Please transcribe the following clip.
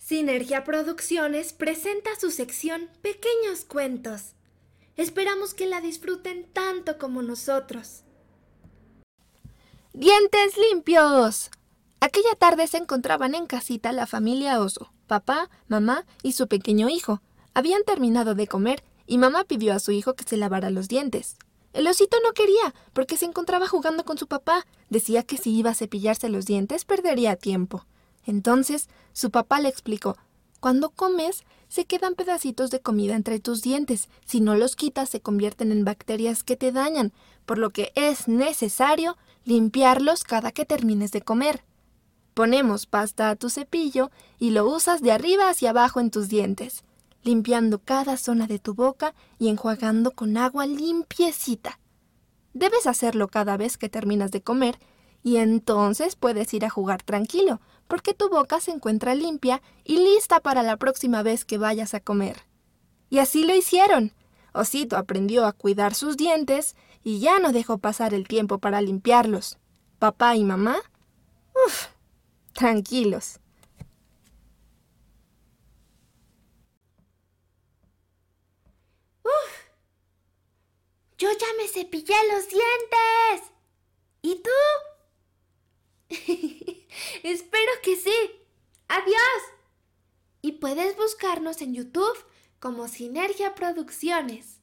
Sinergia Producciones presenta su sección Pequeños Cuentos. Esperamos que la disfruten tanto como nosotros. ¡Dientes limpios! Aquella tarde se encontraban en casita la familia Oso, papá, mamá y su pequeño hijo. Habían terminado de comer y mamá pidió a su hijo que se lavara los dientes. El osito no quería porque se encontraba jugando con su papá. Decía que si iba a cepillarse los dientes perdería tiempo. Entonces su papá le explicó: cuando comes, se quedan pedacitos de comida entre tus dientes. Si no los quitas, se convierten en bacterias que te dañan, por lo que es necesario limpiarlos cada que termines de comer. Ponemos pasta a tu cepillo y lo usas de arriba hacia abajo en tus dientes, limpiando cada zona de tu boca y enjuagando con agua limpiecita. Debes hacerlo cada vez que terminas de comer y entonces puedes ir a jugar tranquilo, porque tu boca se encuentra limpia y lista para la próxima vez que vayas a comer. Y así lo hicieron. Osito aprendió a cuidar sus dientes y ya no dejó pasar el tiempo para limpiarlos. Papá y mamá, tranquilos. ¡Yo ya me cepillé los dientes! ¿Y tú? Espero que sí. ¡Adiós! Y puedes buscarnos en YouTube como Sinergia Producciones.